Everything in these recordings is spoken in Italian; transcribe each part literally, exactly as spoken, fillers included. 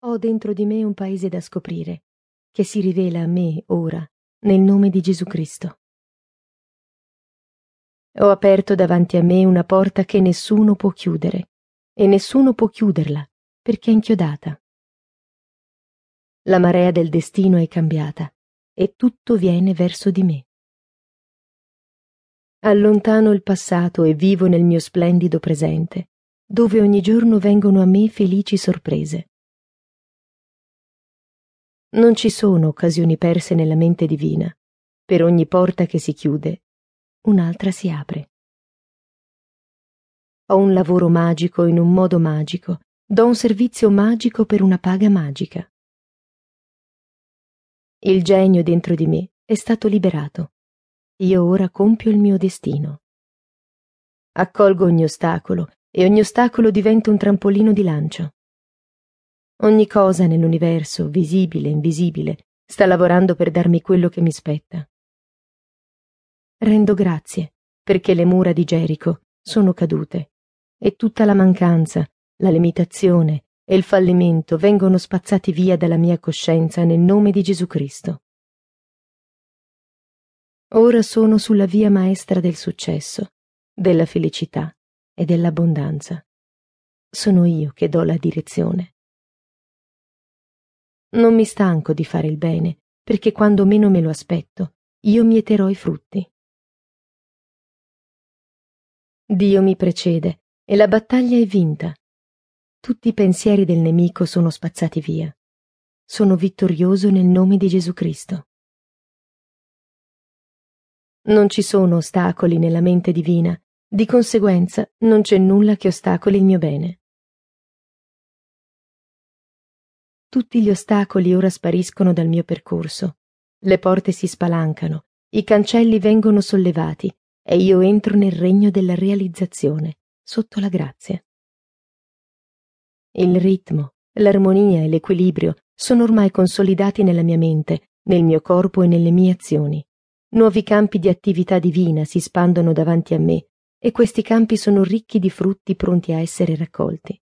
Ho dentro di me un paese da scoprire, che si rivela a me ora, nel nome di Gesù Cristo. Ho aperto davanti a me una porta che nessuno può chiudere, e nessuno può chiuderla, perché è inchiodata. La marea del destino è cambiata, e tutto viene verso di me. Allontano il passato e vivo nel mio splendido presente, dove ogni giorno vengono a me felici sorprese. Non ci sono occasioni perse nella mente divina. Per ogni porta che si chiude, un'altra si apre. Ho un lavoro magico in un modo magico, do un servizio magico per una paga magica. Il genio dentro di me è stato liberato. Io ora compio il mio destino. Accolgo ogni ostacolo e ogni ostacolo diventa un trampolino di lancio. Ogni cosa nell'universo, visibile e invisibile, sta lavorando per darmi quello che mi spetta. Rendo grazie, perché le mura di Gerico sono cadute e tutta la mancanza, la limitazione e il fallimento vengono spazzati via dalla mia coscienza nel nome di Gesù Cristo. Ora sono sulla via maestra del successo, della felicità e dell'abbondanza. Sono io che do la direzione. Non mi stanco di fare il bene, perché quando meno me lo aspetto, io mieterò i frutti. Dio mi precede e la battaglia è vinta. Tutti i pensieri del nemico sono spazzati via. Sono vittorioso nel nome di Gesù Cristo. Non ci sono ostacoli nella mente divina, di conseguenza non c'è nulla che ostacoli il mio bene. Tutti gli ostacoli ora spariscono dal mio percorso, le porte si spalancano, i cancelli vengono sollevati e io entro nel regno della realizzazione, sotto la grazia. Il ritmo, l'armonia e l'equilibrio sono ormai consolidati nella mia mente, nel mio corpo e nelle mie azioni. Nuovi campi di attività divina si spandono davanti a me e questi campi sono ricchi di frutti pronti a essere raccolti.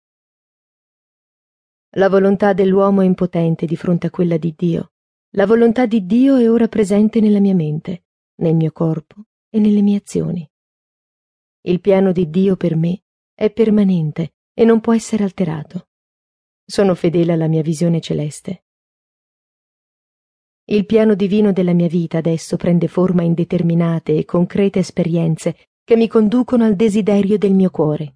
La volontà dell'uomo è impotente di fronte a quella di Dio. La volontà di Dio è ora presente nella mia mente, nel mio corpo e nelle mie azioni. Il piano di Dio per me è permanente e non può essere alterato. Sono fedele alla mia visione celeste. Il piano divino della mia vita adesso prende forma in determinate e concrete esperienze che mi conducono al desiderio del mio cuore.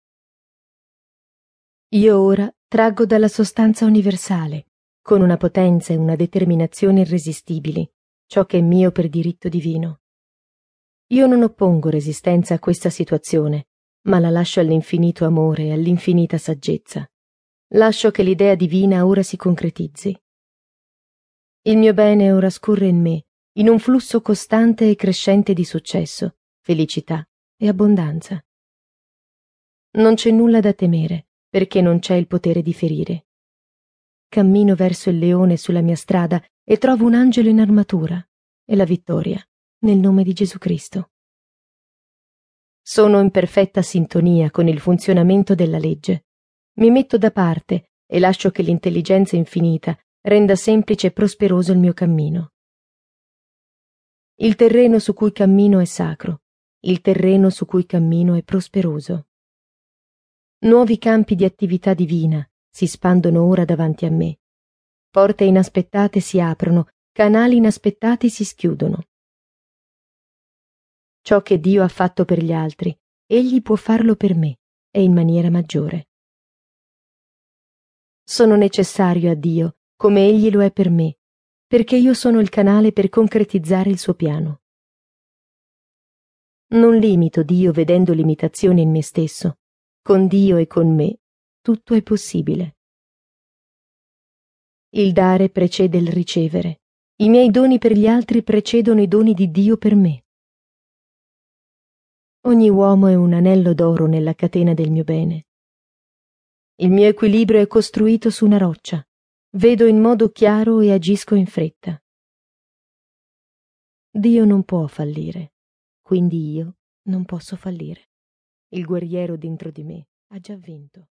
Io ora traggo dalla sostanza universale, con una potenza e una determinazione irresistibili, ciò che è mio per diritto divino. Io non oppongo resistenza a questa situazione, ma la lascio all'infinito amore e all'infinita saggezza. Lascio che l'idea divina ora si concretizzi. Il mio bene ora scorre in me, in un flusso costante e crescente di successo, felicità e abbondanza. Non c'è nulla da temere, perché non c'è il potere di ferire. Cammino verso il leone sulla mia strada e trovo un angelo in armatura e la vittoria, nel nome di Gesù Cristo. Sono in perfetta sintonia con il funzionamento della legge. Mi metto da parte e lascio che l'intelligenza infinita renda semplice e prosperoso il mio cammino. Il terreno su cui cammino è sacro, il terreno su cui cammino è prosperoso. Nuovi campi di attività divina si spandono ora davanti a me. Porte inaspettate si aprono, canali inaspettati si schiudono. Ciò che Dio ha fatto per gli altri, Egli può farlo per me e in maniera maggiore. Sono necessario a Dio, come Egli lo è per me, perché io sono il canale per concretizzare il suo piano. Non limito Dio vedendo limitazioni in me stesso. Con Dio e con me tutto è possibile. Il dare precede il ricevere. I miei doni per gli altri precedono i doni di Dio per me. Ogni uomo è un anello d'oro nella catena del mio bene. Il mio equilibrio è costruito su una roccia. Vedo in modo chiaro e agisco in fretta. Dio non può fallire, quindi io non posso fallire. Il guerriero dentro di me ha già vinto.